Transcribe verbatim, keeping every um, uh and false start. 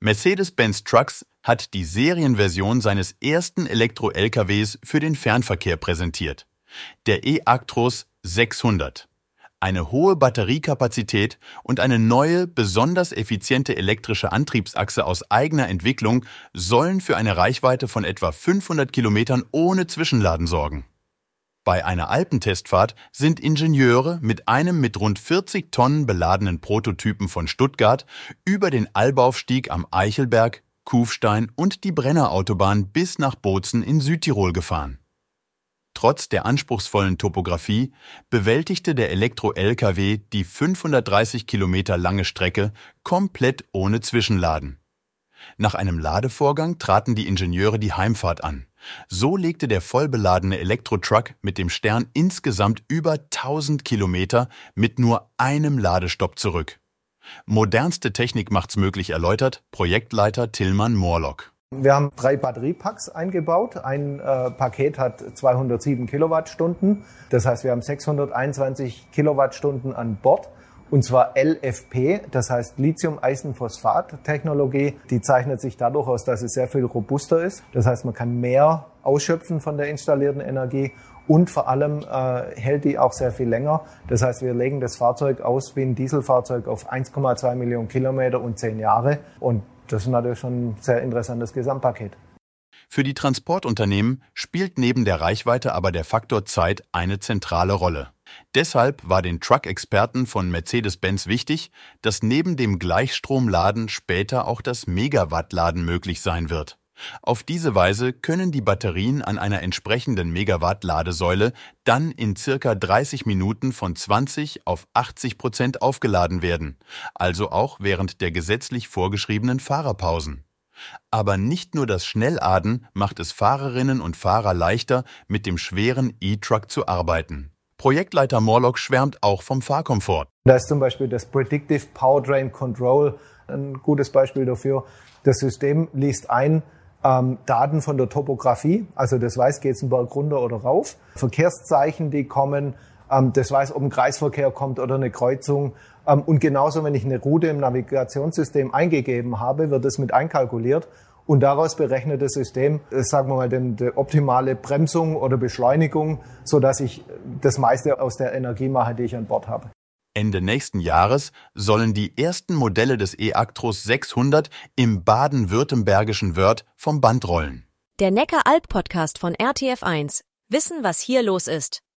Mercedes-Benz Trucks hat die Serienversion seines ersten Elektro-L K Ws für den Fernverkehr präsentiert. Der e-Actros sechshundert. Eine hohe Batteriekapazität und eine neue, besonders effiziente elektrische Antriebsachse aus eigener Entwicklung sollen für eine Reichweite von etwa fünfhundert Kilometern ohne Zwischenladen sorgen. Bei einer Alpentestfahrt sind Ingenieure mit einem mit rund vierzig Tonnen beladenen Prototypen von Stuttgart über den Albaufstieg am Eichelberg, Kufstein und die Brennerautobahn bis nach Bozen in Südtirol gefahren. Trotz der anspruchsvollen Topografie bewältigte der Elektro-L K W die fünfhundertdreißig Kilometer lange Strecke komplett ohne Zwischenladen. Nach einem Ladevorgang traten die Ingenieure die Heimfahrt an. So legte der vollbeladene Elektro-Truck mit dem Stern insgesamt über tausend Kilometer mit nur einem Ladestopp zurück. Modernste Technik macht's möglich, erläutert Projektleiter Tillmann Morlock. Wir haben drei Batteriepacks eingebaut. Ein äh, Paket hat zweihundertsieben Kilowattstunden. Das heißt, wir haben sechshunderteinundzwanzig Kilowattstunden an Bord. Und zwar L F P, das heißt Lithium-Eisenphosphat-Technologie. Die zeichnet sich dadurch aus, dass es sehr viel robuster ist. Das heißt, man kann mehr ausschöpfen von der installierten Energie. Und vor allem äh, hält die auch sehr viel länger. Das heißt, wir legen das Fahrzeug aus wie ein Dieselfahrzeug auf eins Komma zwei Millionen Kilometer und zehn Jahre. Und das ist natürlich schon ein sehr interessantes Gesamtpaket. Für die Transportunternehmen spielt neben der Reichweite aber der Faktor Zeit eine zentrale Rolle. Deshalb war den Truck-Experten von Mercedes-Benz wichtig, dass neben dem Gleichstromladen später auch das Megawattladen möglich sein wird. Auf diese Weise können die Batterien an einer entsprechenden Megawatt-Ladesäule dann in circa dreißig Minuten von zwanzig auf achtzig Prozent aufgeladen werden, also auch während der gesetzlich vorgeschriebenen Fahrerpausen. Aber nicht nur das Schnellladen macht es Fahrerinnen und Fahrer leichter, mit dem schweren E-Truck zu arbeiten. Projektleiter Morlock schwärmt auch vom Fahrkomfort. Da ist zum Beispiel das Predictive Powertrain Control ein gutes Beispiel dafür. Das System liest ein ähm, Daten von der Topografie, also das weiß, geht es einen Berg runter oder rauf, Verkehrszeichen, die kommen, ähm, das weiß, ob ein Kreisverkehr kommt oder eine Kreuzung. Ähm, und genauso, wenn ich eine Route im Navigationssystem eingegeben habe, wird das mit einkalkuliert. Und daraus berechnet das System, sagen wir mal, den, die optimale Bremsung oder Beschleunigung, so dass ich das meiste aus der Energie mache, die ich an Bord habe. Ende nächsten Jahres sollen die ersten Modelle des e-Actros sechshundert im baden-württembergischen Wörth vom Band rollen. Der Neckar-Alp-Podcast von R T F eins. Wissen, was hier los ist.